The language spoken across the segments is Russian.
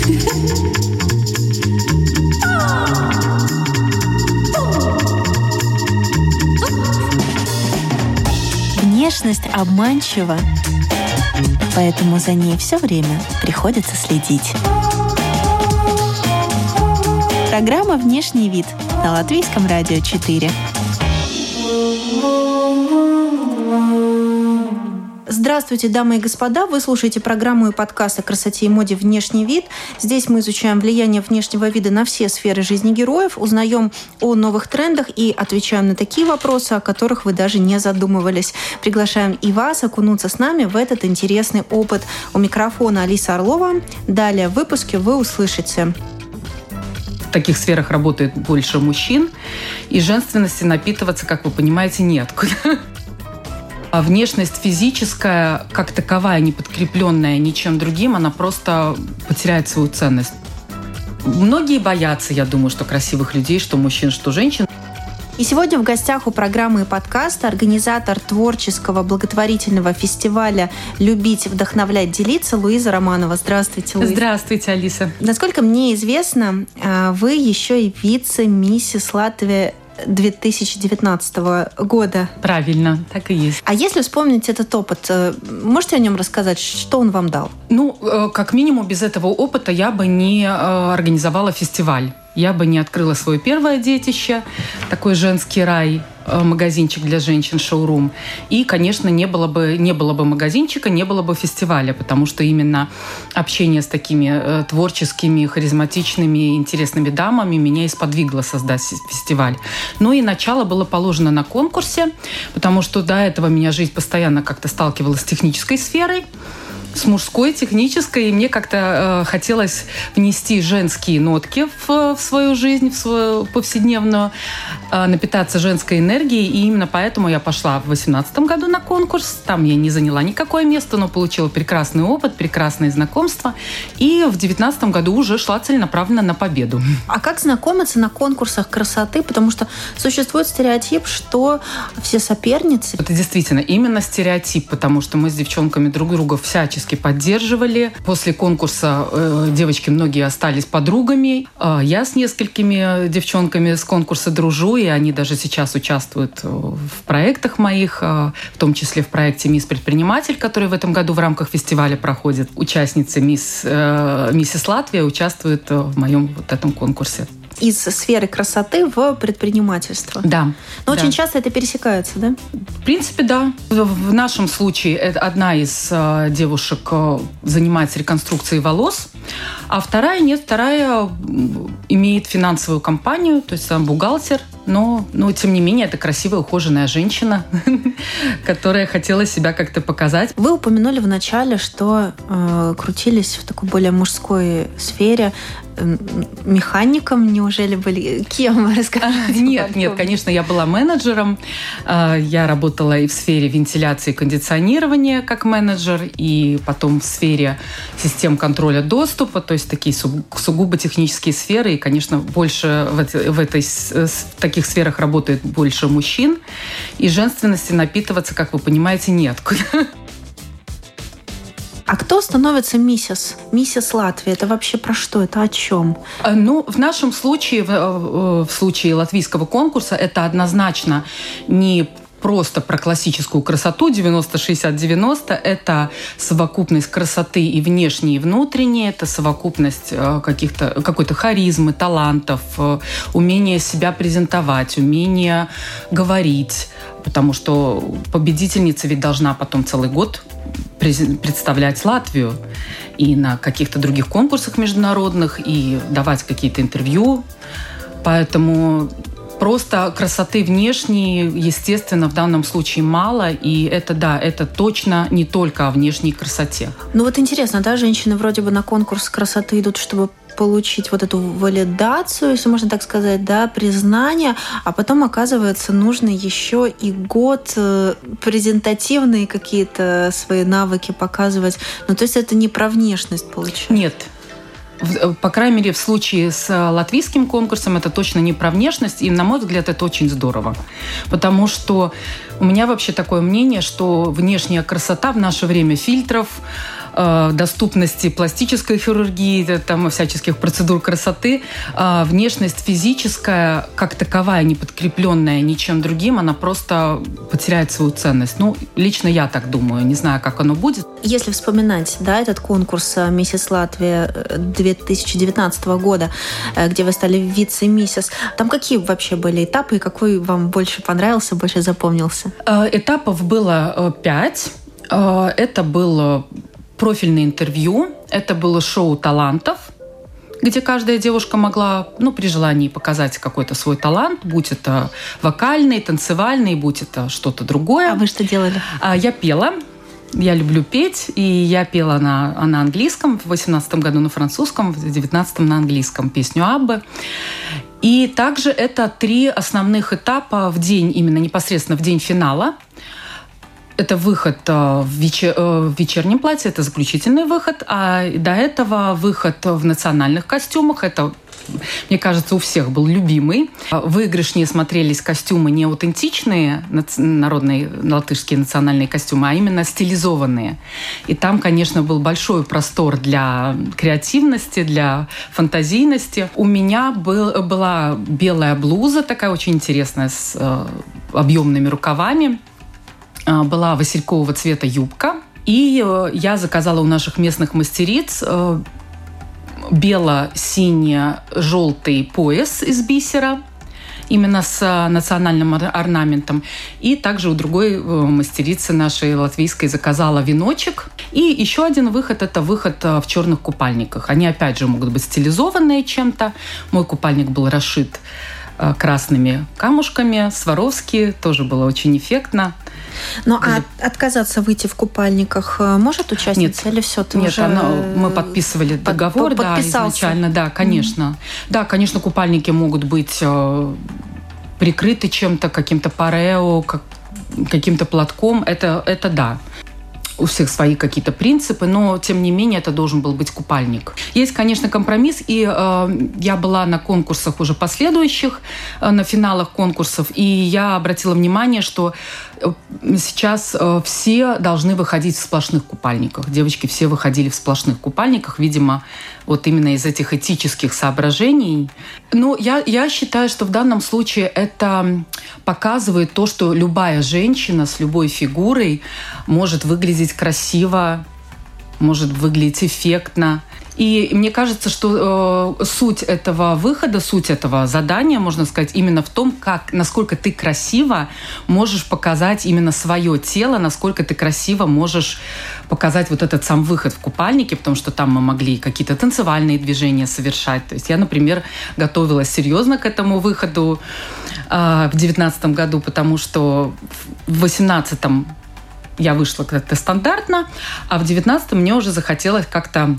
Внешность обманчива, поэтому за ней все время приходится следить. Программа «Внешний вид» на Латвийском радио 4. Здравствуйте, дамы и господа! Вы слушаете программу и подкаст о красоте и моде «Внешний вид». Здесь мы изучаем влияние внешнего вида на все сферы жизни героев, узнаем о новых трендах и отвечаем на такие вопросы, о которых вы даже не задумывались. Приглашаем и вас окунуться с нами в этот интересный опыт. У микрофона Алиса Орлова. Далее в выпуске вы услышите. В таких сферах работает больше мужчин, и женственности напитываться, как вы понимаете, неоткуда. А внешность физическая, как таковая, не подкрепленная ничем другим, она просто потеряет свою ценность. Многие боятся, я думаю, что красивых людей, что мужчин, что женщин. И сегодня в гостях у программы и подкаста организатор творческого благотворительного фестиваля «Любить, вдохновлять, делиться» Луиза Романова. Здравствуйте, Луиза. Здравствуйте, Алиса. Насколько мне известно, вы еще и вице-миссис Латвии 2019 года. Правильно, так и есть. А если вспомнить этот опыт, можете о нем рассказать, что он вам дал? Как минимум, без этого опыта я бы не организовала фестиваль. Я бы не открыла свое первое детище, такой женский рай, магазинчик для женщин, шоурум. И, конечно, не было бы магазинчика, не было бы фестиваля, потому что именно общение с такими творческими, харизматичными, интересными дамами меня и сподвигло создать фестиваль. Ну и начало было положено на конкурсе, потому что до этого меня жизнь постоянно как-то сталкивалась с технической сферой, с мужской, технической, и мне как-то хотелось внести женские нотки в свою жизнь, в свою повседневную, напитаться женской энергией, и именно поэтому я пошла в 2018 году на конкурс. Там я не заняла никакое место, но получила прекрасный опыт, прекрасные знакомства, и в 2019 году уже шла целенаправленно на победу. А как знакомиться на конкурсах красоты? Потому что существует стереотип, что все соперницы... Это действительно именно стереотип, потому что мы с девчонками друг друга всячески поддерживали. После конкурса девочки многие остались подругами. Я с несколькими девчонками с конкурса дружу, и они даже сейчас участвуют в проектах моих, в том числе в проекте «Мисс Предприниматель», который в этом году в рамках фестиваля проходит. Участницы «Миссис Латвия» участвуют в моем вот этом конкурсе. Из сферы красоты в предпринимательство. Да. Но очень часто это пересекается, да? В принципе, да. В нашем случае одна из девушек занимается реконструкцией волос, а вторая имеет финансовую компанию, то есть она бухгалтер, но тем не менее это красивая, ухоженная женщина, которая хотела себя как-то показать. Вы упомянули в начале, что крутились в такой более мужской сфере. Механиком, неужели были? Кем? Расскажите. Нет, конечно, я была менеджером. Я работала и в сфере вентиляции и кондиционирования как менеджер, и потом в сфере систем контроля доступа, то есть такие сугубо технические сферы. И, конечно, больше в таких сферах работает больше мужчин. И женственности напитываться, как вы понимаете, неоткуда. А кто становится миссис? Миссис Латвии. Это вообще про что? Это о чем? В нашем случае, в случае латвийского конкурса, это однозначно не просто про классическую красоту 90-60-90. Это совокупность красоты и внешней, и внутренней. Это совокупность какой-то харизмы, талантов, умения себя презентовать, умения говорить. Потому что победительница ведь должна потом целый год представлять Латвию и на каких-то других конкурсах международных, и давать какие-то интервью. Поэтому просто красоты внешней, естественно, в данном случае мало. И это точно не только о внешней красоте. Интересно, да, женщины вроде бы на конкурс красоты идут, чтобы получить вот эту валидацию, если можно так сказать, да, признание, а потом, оказывается, нужно еще и год презентативные какие-то свои навыки показывать. То есть это не про внешность получается? Нет. По крайней мере, в случае с латвийским конкурсом это точно не про внешность, и, на мой взгляд, это очень здорово. Потому что у меня вообще такое мнение, что внешняя красота в наше время фильтров, доступности пластической хирургии, там, всяческих процедур красоты, внешность физическая, как таковая, не подкрепленная ничем другим, она просто потеряет свою ценность. Ну, лично я так думаю, не знаю, как оно будет. Если вспоминать, да, этот конкурс «Миссис Латвия» 2019 года, где вы стали вице-миссис, там какие вообще были этапы и какой вам больше понравился, больше запомнился? Этапов было 5. Это было профильное интервью, это было шоу талантов, где каждая девушка могла, при желании показать какой-то свой талант, будь это вокальный, танцевальный, будь это что-то другое. А вы что делали? Я пела. Я люблю петь, и я пела на английском в 2018 году на французском, в 2019 на английском песню Аббы. И также это 3 основных этапа в день, именно непосредственно в день финала. Это выход в вечернем платье, это заключительный выход, а до этого выход в национальных костюмах. Это, мне кажется, у всех был любимый. Выигрышнее смотрелись костюмы не аутентичные, народные латышские национальные костюмы, а именно стилизованные. И там, конечно, был большой простор для креативности, для фантазийности. У меня была белая блуза, такая очень интересная, с объемными рукавами. Была василькового цвета юбка. И я заказала у наших местных мастериц бело-сине-желтый пояс из бисера, именно с национальным орнаментом. И также у другой мастерицы нашей латвийской заказала веночек. И еще один выход – это выход в черных купальниках. Они, опять же, могут быть стилизованные чем-то. Мой купальник был расшит красными камушками. Сваровски, тоже было очень эффектно. Ну, а отказаться выйти в купальниках может участница? Нет, или все? Нет, мы подписывали договор, да, изначально, да, конечно. Да, конечно, купальники могут быть прикрыты чем-то, каким-то парео, каким-то платком. Это да. У всех свои какие-то принципы, но, тем не менее, это должен был быть купальник. Есть, конечно, компромисс, и я была на конкурсах уже последующих, на финалах конкурсов, и я обратила внимание, что сейчас все должны выходить в сплошных купальниках. Девочки все выходили в сплошных купальниках, видимо, вот именно из этих этических соображений. Но я считаю, что в данном случае это показывает то, что любая женщина с любой фигурой может выглядеть красиво, может выглядеть эффектно. И мне кажется, что суть этого выхода, суть этого задания, можно сказать, именно в том, насколько ты красиво можешь показать именно свое тело, насколько ты красиво можешь показать вот этот сам выход в купальнике, потому что там мы могли какие-то танцевальные движения совершать. То есть я, например, готовилась серьезно к этому выходу в 2019 году, потому что в 2018 я вышла как-то стандартно, а в 2019 мне уже захотелось как-то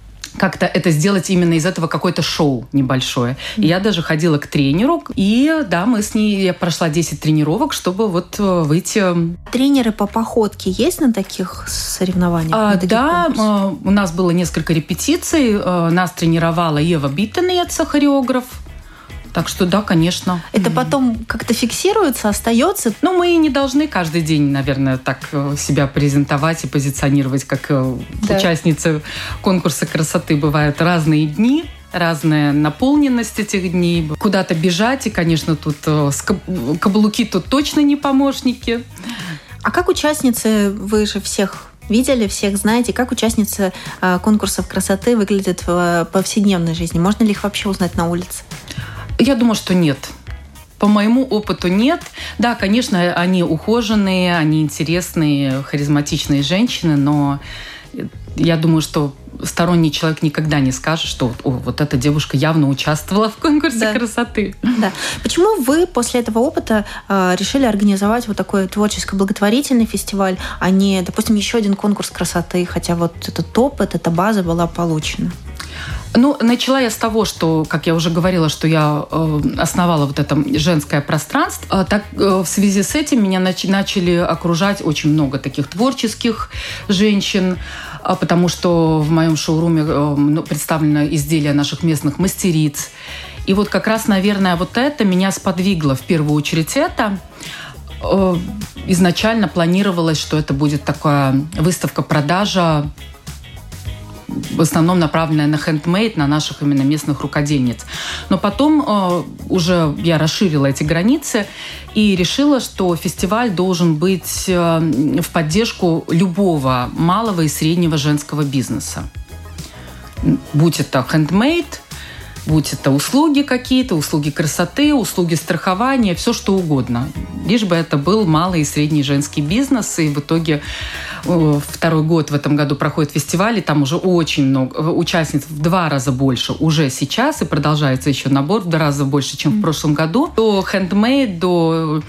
это сделать именно из этого какое-то шоу небольшое. И я даже ходила к тренеру, и да, я прошла 10 тренировок, чтобы вот выйти. Тренеры по походке есть на таких соревнованиях? Да, у нас было несколько репетиций, нас тренировала Ева Биттенец, хореограф. Так что да, конечно. Это потом как-то фиксируется, остается? Мы не должны каждый день, наверное, так себя презентовать и позиционировать, как участницы конкурса красоты. Бывают разные дни, разная наполненность этих дней. Куда-то бежать, и, конечно, тут каблуки тут точно не помощники. А как участницы, вы же всех видели, всех знаете, как участницы конкурсов красоты выглядят в повседневной жизни? Можно ли их вообще узнать на улице? Я думаю, что нет. По моему опыту нет. Да, конечно, они ухоженные, они интересные, харизматичные женщины, но я думаю, что сторонний человек никогда не скажет, что вот эта девушка явно участвовала в конкурсе красоты. Да. Почему вы после этого опыта решили организовать вот такой творческо-благотворительный фестиваль, а не, допустим, еще один конкурс красоты, хотя вот этот опыт, эта база была получена? Начала я с того, что, как я уже говорила, что я основала вот это женское пространство. Так, в связи с этим меня начали окружать очень много таких творческих женщин, потому что в моем шоуруме представлено изделия наших местных мастериц. И вот как раз, наверное, вот это меня сподвигло в первую очередь это. Изначально планировалось, что это будет такая выставка-продажа в основном направленная на хендмейд, на наших именно местных рукодельниц. Но потом уже я расширила эти границы и решила, что фестиваль должен быть в поддержку любого малого и среднего женского бизнеса. Будь это хендмейд, будь это услуги какие-то, услуги красоты, услуги страхования, все что угодно. Лишь бы это был малый и средний женский бизнес. И в итоге второй год в этом году проходит фестиваль, и там уже очень много участниц, в 2 раза больше уже сейчас, и продолжается еще набор в 2 раза больше, чем в прошлом году. До хендмейд, до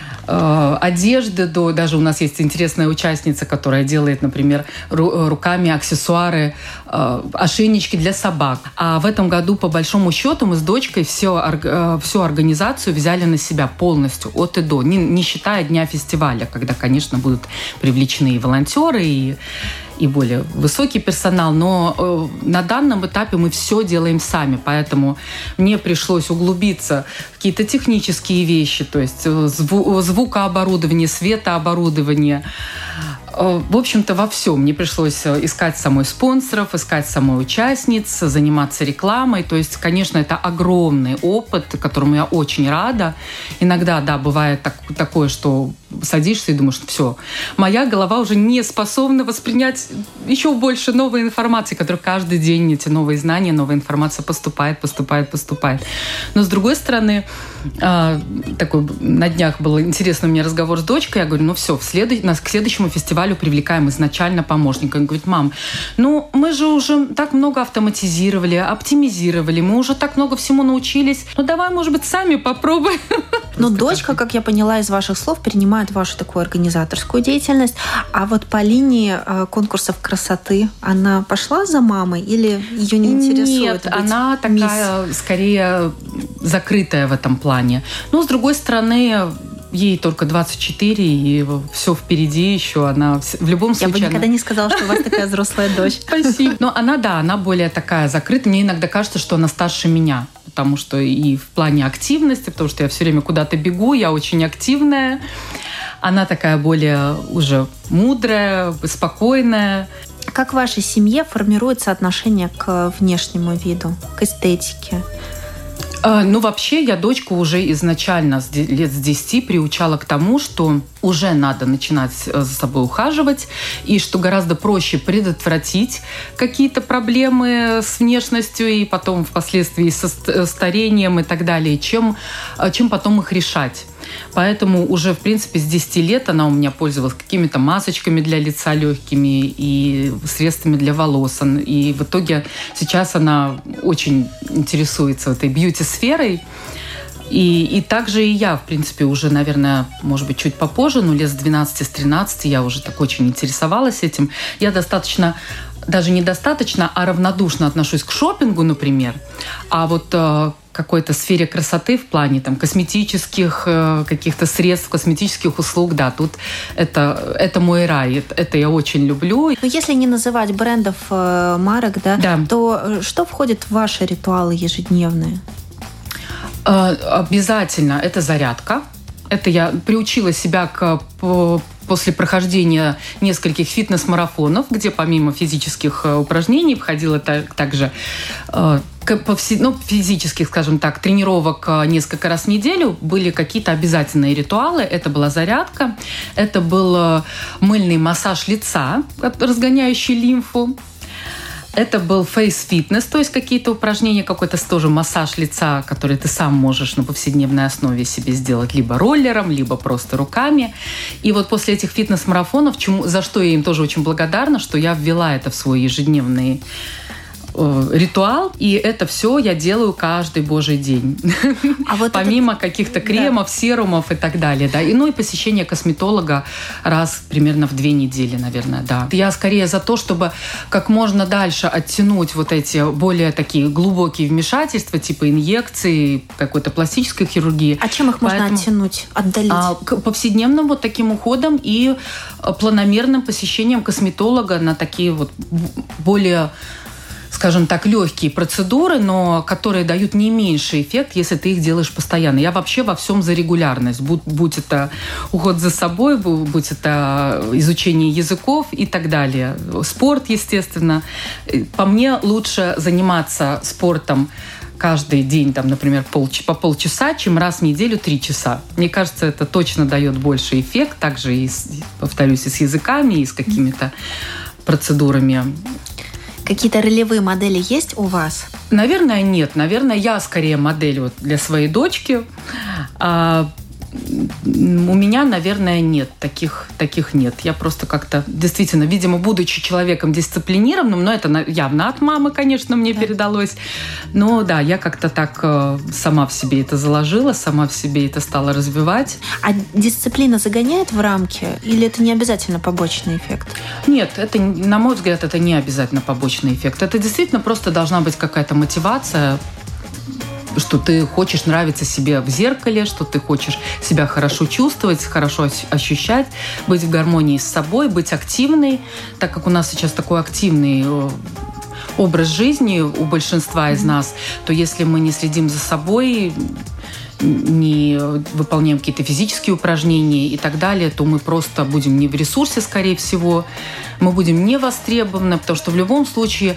одежды, до даже у нас есть интересная участница, которая делает, например, руками аксессуары, ошейнички для собак. А в этом году, по большому счету, мы с дочкой всю организацию взяли на себя полностью, от и до, не считая дня фестиваля, когда, конечно, будут привлечены и волонтеры, и более высокий персонал, но на данном этапе мы все делаем сами, поэтому мне пришлось углубиться в какие-то технические вещи, то есть звукооборудование, светооборудование. В общем-то, во всем. Мне пришлось искать самой спонсоров, искать самой участниц, заниматься рекламой. То есть, конечно, это огромный опыт, которому я очень рада. Иногда, да, бывает такое, что садишься и думаешь, все, моя голова уже не способна воспринять еще больше новой информации, которая каждый день, эти новые знания, новая информация поступает. Но, с другой стороны, такой на днях был интересный у меня разговор с дочкой. Я говорю, все, к следующему фестивалю привлекаем изначально помощника. Он говорит, мам, мы же уже так много автоматизировали, оптимизировали, мы уже так много всему научились. Давай, может быть, сами попробуем. Но дочка, как я поняла из ваших слов, принимает вашу такую организаторскую деятельность. А вот по линии конкурсов красоты она пошла за мамой или ее не интересует? Нет, она такая, скорее, закрытая в этом плане. Но, с другой стороны, ей только 24, и все впереди еще. Она в любом случае... Я бы никогда не сказала, что у вас такая взрослая дочь. Спасибо. Но она более такая закрытая. Мне иногда кажется, что она старше меня. Потому что и в плане активности, потому что я все время куда-то бегу, я очень активная. Она такая более уже мудрая, спокойная. Как в вашей семье формируется отношение к внешнему виду, к эстетике? Вообще, я дочку уже изначально лет с 10 приучала к тому, что уже надо начинать за собой ухаживать, и что гораздо проще предотвратить какие-то проблемы с внешностью и потом впоследствии со старением и так далее, чем потом их решать. Поэтому уже, в принципе, с 10 лет она у меня пользовалась какими-то масочками для лица легкими и средствами для волос. И в итоге сейчас она очень интересуется этой бьюти-сферой. И также и я, в принципе, уже, наверное, может быть, чуть попозже, но лет с 12, с 13 я уже так очень интересовалась этим. Я даже недостаточно, а равнодушно отношусь к шопингу, например. А вот какой-то сфере красоты в плане косметических каких-то средств, косметических услуг, да, тут это мой рай, это я очень люблю. Но если не называть брендов, марок, да, то что входит в ваши ритуалы ежедневные? Обязательно это зарядка. Это я приучила себя после прохождения нескольких фитнес-марафонов, где помимо физических упражнений входило также физических, скажем так, тренировок несколько раз в неделю, были какие-то обязательные ритуалы. Это была зарядка, это был мыльный массаж лица, разгоняющий лимфу. Это был фейс-фитнес, то есть какие-то упражнения, какой-то тоже массаж лица, который ты сам можешь на повседневной основе себе сделать либо роллером, либо просто руками. И вот после этих фитнес-марафонов, за что я им тоже очень благодарна, что я ввела это в свой ежедневный ритуал, и это все я делаю каждый божий день. Помимо каких-то кремов, серумов и так далее. Да. И посещение косметолога раз примерно в 2 недели, наверное. Да. Я скорее за то, чтобы как можно дальше оттянуть вот эти более такие глубокие вмешательства, типа инъекций, какой-то пластической хирургии. А чем их можно оттянуть, отдалить? К повседневным вот таким уходом и планомерным посещением косметолога на такие вот более, скажем так, легкие процедуры, но которые дают не меньший эффект, если ты их делаешь постоянно. Я вообще во всем за регулярность. Будь это уход за собой, будь это изучение языков и так далее. Спорт, естественно. По мне лучше заниматься спортом каждый день, там, например, по полчаса, чем раз в неделю 3 часа. Мне кажется, это точно дает больший эффект. Также, повторюсь, и с языками, и с какими-то процедурами. Какие-то ролевые модели есть у вас? Наверное, нет. Наверное, я скорее модель вот для своей дочки. У меня, наверное, нет. Таких нет. Я просто как-то, действительно, видимо, будучи человеком дисциплинированным, но это явно от мамы, конечно, мне передалось. Но да, я как-то так сама в себе это заложила, сама в себе это стала развивать. А дисциплина загоняет в рамки? Или это не обязательно побочный эффект? Нет, это, на мой взгляд, это не обязательно побочный эффект. Это действительно просто должна быть какая-то мотивация, что ты хочешь нравиться себе в зеркале, что ты хочешь себя хорошо чувствовать, хорошо ощущать, быть в гармонии с собой, быть активной, так как у нас сейчас такой активный образ жизни у большинства из нас, то если мы не следим за собой, не выполняем какие-то физические упражнения и так далее, то мы просто будем не в ресурсе, скорее всего, мы будем не востребованы, потому что в любом случае,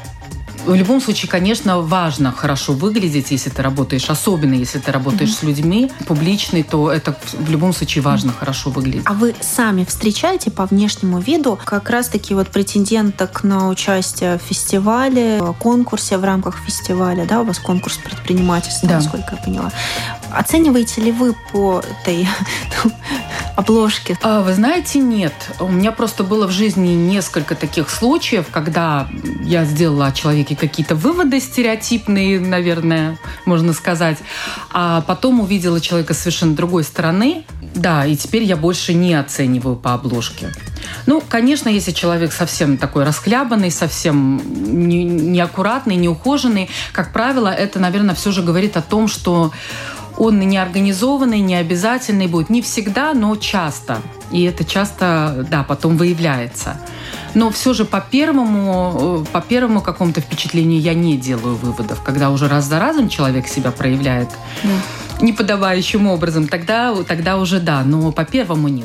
конечно, важно хорошо выглядеть, если ты работаешь, особенно если ты работаешь с людьми публичной, то это в любом случае важно хорошо выглядеть. А вы сами встречаете по внешнему виду как раз-таки вот претенденток на участие в фестивале, конкурсе в рамках фестиваля, да, у вас конкурс предпринимательства, да, насколько я поняла. Оцениваете ли вы по этой обложке? Вы знаете, нет. У меня просто было в жизни несколько таких случаев, когда я сделала о человеке какие-то выводы стереотипные, наверное, можно сказать, а потом увидела человека с совершенно другой стороны. Да, и теперь я больше не оцениваю по обложке. Ну, конечно, если человек совсем такой расхлябанный, совсем неаккуратный, неухоженный, как правило, это, наверное, все же говорит о том, что он неорганизованный, необязательный будет. Не всегда, но часто. И это часто, да, потом выявляется. Но все же по первому какому-то впечатлению я не делаю выводов. Когда уже раз за разом человек себя проявляет неподобающим образом, тогда уже да, но по первому нет.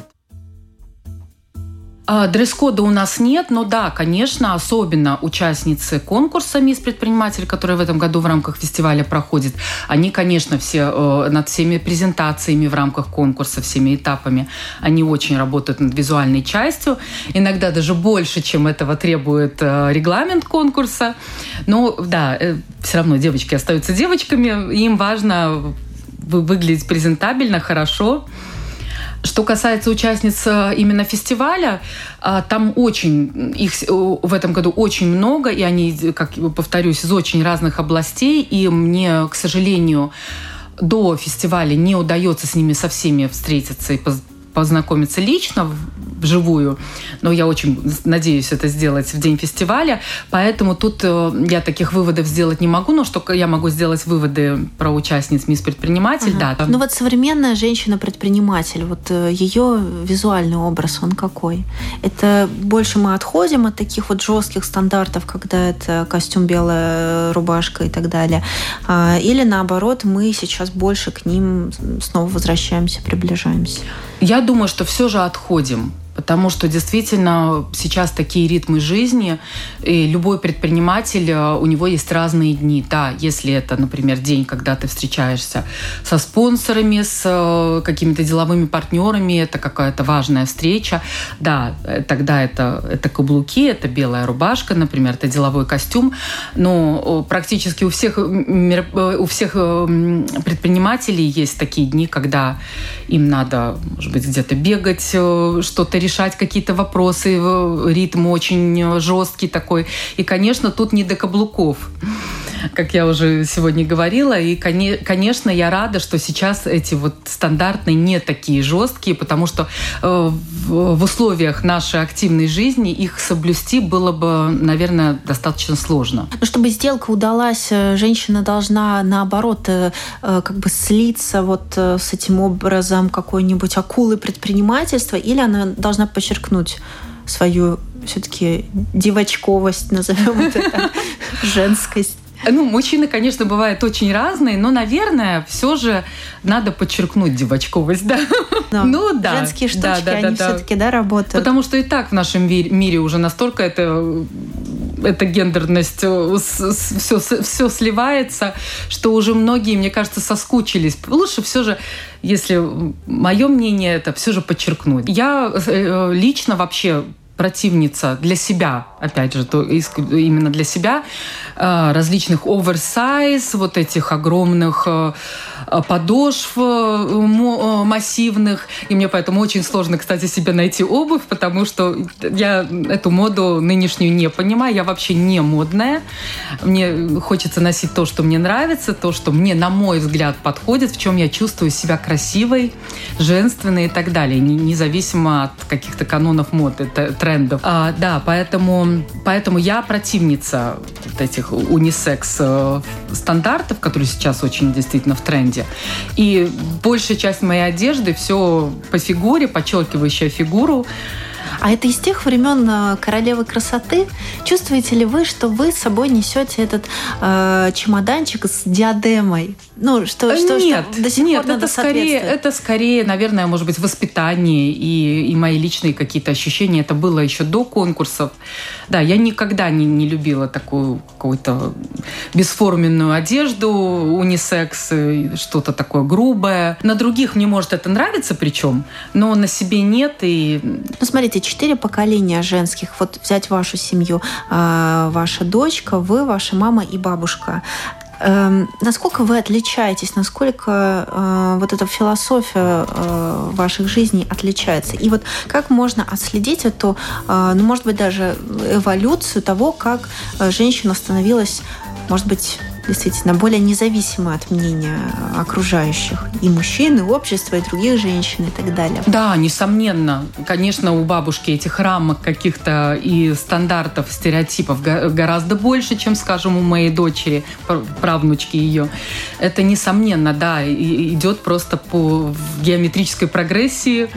Дресс-кода у нас нет, но да, конечно, особенно участницы конкурса «Мисс Предприниматель», который в этом году в рамках фестиваля проходит, они, конечно, все над всеми презентациями в рамках конкурса, всеми этапами, они очень работают над визуальной частью, иногда даже больше, чем этого требует регламент конкурса. Но да, все равно девочки остаются девочками, им важно выглядеть презентабельно, хорошо. Что касается участниц именно фестиваля, там их в этом году очень много, и они, как повторюсь, из очень разных областей, и мне, к сожалению, до фестиваля не удается с ними со всеми встретиться и познакомиться лично, вживую, но я очень надеюсь это сделать в день фестиваля, поэтому тут я таких выводов сделать не могу, но что я могу сделать выводы про участниц «Мисс Предприниматель», да. Ну вот современная женщина-предприниматель, вот ее визуальный образ, он какой? Это больше мы отходим от таких вот жестких стандартов, когда это костюм, белая рубашка и так далее, или наоборот, мы сейчас больше к ним снова возвращаемся, приближаемся? Я думаю, что все же отходим. Потому что действительно сейчас такие ритмы жизни, и любой предприниматель, у него есть разные дни. Да, если это, например, день, когда ты встречаешься со спонсорами, с какими-то деловыми партнерами, это какая-то важная встреча, да, тогда это каблуки, это белая рубашка, например, это деловой костюм. Но практически у всех предпринимателей есть такие дни, когда им надо, может быть, где-то бегать, что-то решать, какие-то вопросы, ритм очень жесткий такой. И, конечно, тут не до каблуков, как я уже сегодня говорила. И, конечно, я рада, что сейчас эти вот стандартные не такие жесткие, потому что в условиях нашей активной жизни их соблюсти было бы, наверное, достаточно сложно. Но чтобы сделка удалась, женщина должна, наоборот, как бы слиться вот с этим образом какой-нибудь акулы предпринимательства, или она должна подчеркнуть свою все-таки девочковость, назовем это так, женскость? Мужчины, конечно, бывают очень разные, но, наверное, все же надо подчеркнуть девочковость, да. Да. Женские штучки, они все-таки, работают. Потому что и так в нашем мире уже настолько эта гендерность все сливается, что уже многие, мне кажется, соскучились. Лучше все же, если мое мнение, это все же подчеркнуть. Я лично вообще противница для себя, опять же, именно для себя, различных оверсайз, вот этих огромных подошв массивных. И мне поэтому очень сложно, кстати, себе найти обувь, потому что я эту моду нынешнюю не понимаю. Я вообще не модная. Мне хочется носить то, что мне нравится, то, что мне, на мой взгляд, подходит, в чем я чувствую себя красивой, женственной и так далее, независимо от каких-то канонов моды, трендов. Да, поэтому я противница вот этих унисекс стандартов, которые сейчас очень действительно в тренде. И большая часть моей одежды все по фигуре, подчеркивающая фигуру. А это из тех времен королевы красоты? Чувствуете ли вы, что вы с собой несете этот чемоданчик с диадемой? Нет, это скорее, наверное, может быть, воспитание и мои личные какие-то ощущения. Это было еще до конкурсов. Да, я никогда не любила такую какую-то бесформенную одежду, унисекс, что-то такое грубое. На других мне, может, это нравится причем, но на себе нет. Смотрите, 4 поколения женских. Вот взять вашу семью. Ваша дочка, вы, ваша мама и бабушка. Насколько вы отличаетесь, насколько вот эта философия ваших жизней отличается? И вот как можно отследить эту, может быть, даже эволюцию того, как женщина становилась, может быть, действительно более независимой от мнения окружающих и мужчин, и общества, и других женщин, и так далее. Да, несомненно. Конечно, у бабушки этих рамок каких-то и стандартов, стереотипов гораздо больше, чем, скажем, у моей дочери, правнучки ее. Это несомненно, да, идет просто по геометрической прогрессии,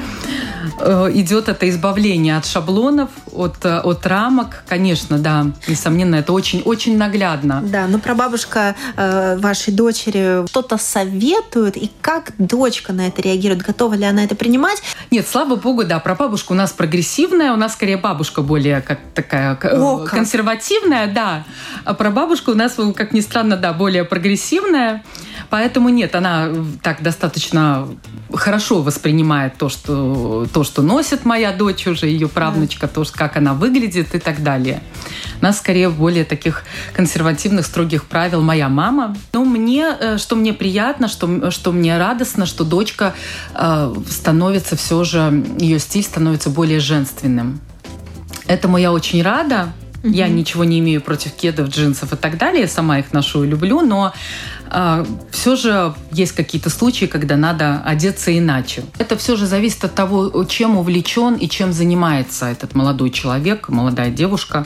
идет это избавление от шаблонов, от рамок. Конечно, да, несомненно, это очень-очень наглядно. Да, но прабабушка вашей дочери что-то советует, и как дочка на это реагирует? Готова ли она это принимать? Нет, слава богу, да, прабабушка у нас прогрессивная, у нас скорее бабушка более как такая консервативная, да, а прабабушка у нас, как ни странно, да, более прогрессивная. Поэтому нет, она так достаточно хорошо воспринимает то, что носит моя дочь уже, ее правнучка, то, как она выглядит и так далее. У нас скорее более таких консервативных, строгих правил моя мама. Но что мне приятно, что мне радостно, что дочка становится все же, ее стиль становится более женственным. Этому я очень рада. Я ничего не имею против кедов, джинсов и так далее. Я сама их ношу и люблю, но все же есть какие-то случаи, когда надо одеться иначе. Это все же зависит от того, чем увлечен и чем занимается этот молодой человек, молодая девушка.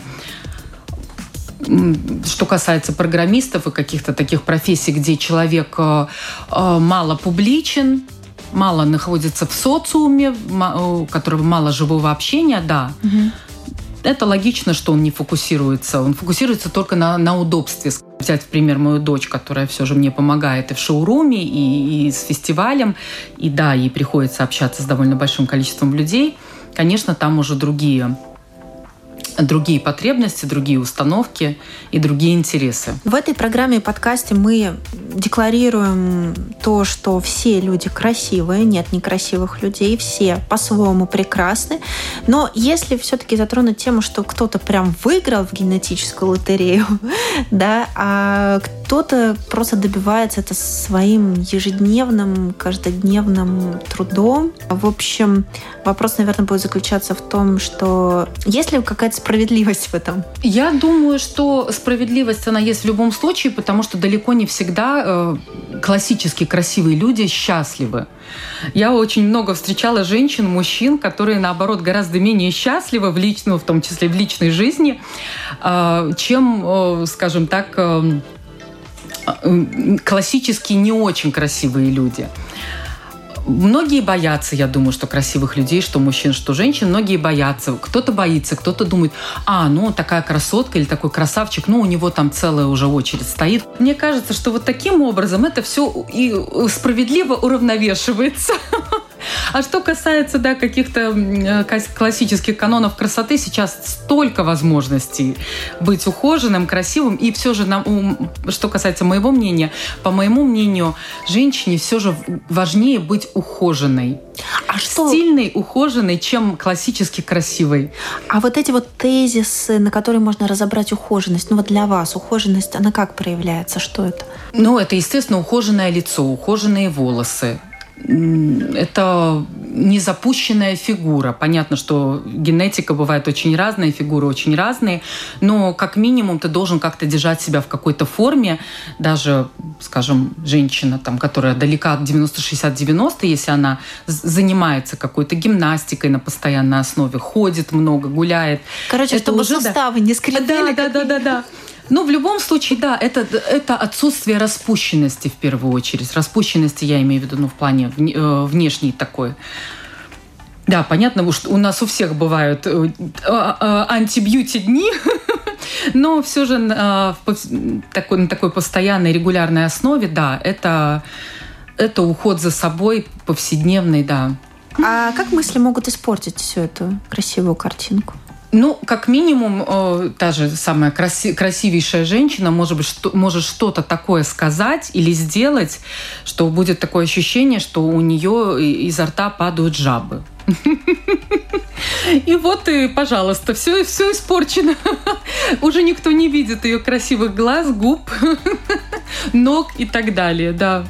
Что касается программистов и каких-то таких профессий, где человек мало публичен, мало находится в социуме, у которого мало живого общения, да. Это логично, что он не фокусируется. Он фокусируется только на удобстве. Взять в пример мою дочь, которая все же мне помогает и в шоуруме, и с фестивалем. И да, ей приходится общаться с довольно большим количеством людей. Конечно, там уже другие потребности, другие установки и другие интересы. В этой программе и подкасте мы декларируем то, что все люди красивые, нет некрасивых людей, все по-своему прекрасны. Но если все-таки затронуть тему, что кто-то прям выиграл в генетическую лотерею, да, а кто-то просто добивается это своим ежедневным, каждодневным трудом. В общем, вопрос, наверное, будет заключаться в том, что есть ли какая-то справедливость в этом? Я думаю, что справедливость, она есть в любом случае, потому что далеко не всегда классически красивые люди счастливы. Я очень много встречала женщин, мужчин, которые, наоборот, гораздо менее счастливы, в том числе в личной жизни, чем, скажем так, классически не очень красивые люди. Многие боятся, я думаю, что красивых людей, что мужчин, что женщин. Многие боятся. Кто-то боится, кто-то думает, такая красотка или такой красавчик, у него там целая уже очередь стоит. Мне кажется, что вот таким образом это все и справедливо уравновешивается. А что касается, каких-то классических канонов красоты, сейчас столько возможностей быть ухоженным, красивым. И все же, что касается моего мнения, по моему мнению, женщине все же важнее быть ухоженной. Стильной, ухоженной, чем классически красивой. А вот эти вот тезисы, на которые можно разобрать ухоженность, для вас ухоженность, она как проявляется? Что это? Это, естественно, ухоженное лицо, ухоженные волосы. Это незапущенная фигура. Понятно, что генетика бывает очень разная, фигуры очень разные, но как минимум ты должен как-то держать себя в какой-то форме. Даже, скажем, женщина, которая далека от 90-60-90, если она занимается какой-то гимнастикой на постоянной основе, ходит много, гуляет. Короче, чтобы уже, суставы не скрипели. Да. В любом случае, это отсутствие распущенности в первую очередь. Распущенности я имею в виду, в плане внешней такой. Да, понятно, что у нас у всех бывают анти-бьюти дни, но все же на такой постоянной, регулярной основе, это уход за собой повседневный, да. А как мысли могут испортить всю эту красивую картинку? Как минимум, та же самая красивейшая женщина может что-то такое сказать или сделать, что будет такое ощущение, что у нее изо рта падают жабы. И пожалуйста, все испорчено. Уже никто не видит ее красивых глаз, губ, ног и так далее, да.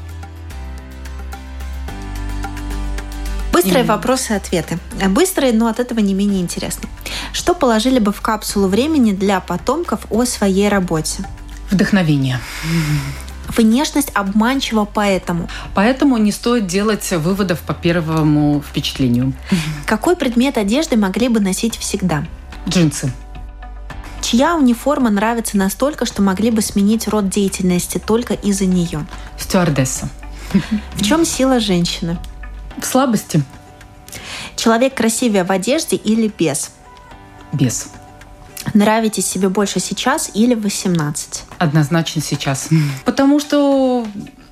Быстрые вопросы и ответы. Быстрые, но от этого не менее интересно. Что положили бы в капсулу времени для потомков о своей работе? Вдохновение. Внешность обманчива поэтому. Поэтому не стоит делать выводов по первому впечатлению. Какой предмет одежды могли бы носить всегда? Джинсы. Чья униформа нравится настолько, что могли бы сменить род деятельности только из-за нее? Стюардесса. В чем сила женщины? В слабости. Человек красивее в одежде или без? Без. Нравитесь себе больше сейчас или в 18? Однозначно сейчас. Потому что,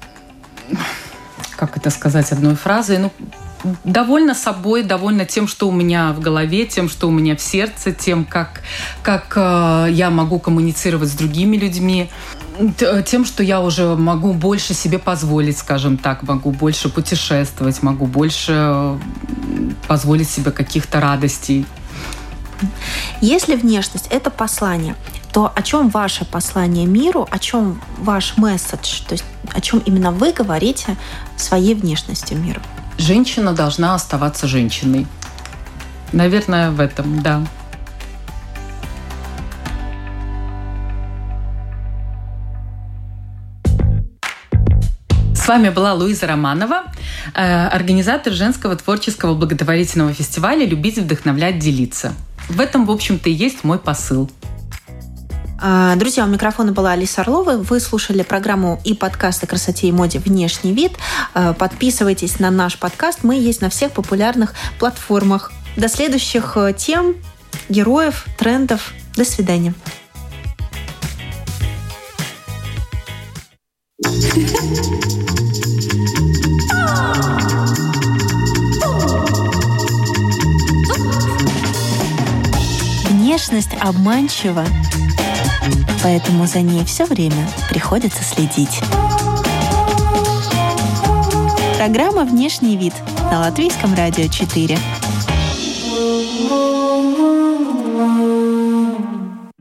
как это сказать одной фразой, довольна собой, довольна тем, что у меня в голове, тем, что у меня в сердце, тем, как я могу коммуницировать с другими людьми, тем, что я уже могу больше себе позволить, скажем так, могу больше путешествовать, могу больше позволить себе каких-то радостей. Если внешность – это послание, то о чем ваше послание миру, о чем ваш месседж, то есть о чем именно вы говорите своей внешностью миру? Женщина должна оставаться женщиной. Наверное, в этом, да. С вами была Луиза Романова, организатор женского творческого благотворительного фестиваля «Любить, вдохновлять, делиться». В этом, в общем-то, и есть мой посыл. Друзья, у микрофона была Алиса Орлова. Вы слушали программу и подкаст о красоте и моде «Внешний вид». Подписывайтесь на наш подкаст. Мы есть на всех популярных платформах. До следующих тем, героев, трендов. До свидания. Внешность обманчива, поэтому за ней все время приходится следить. Программа «Внешний вид» на Латвийском радио 4.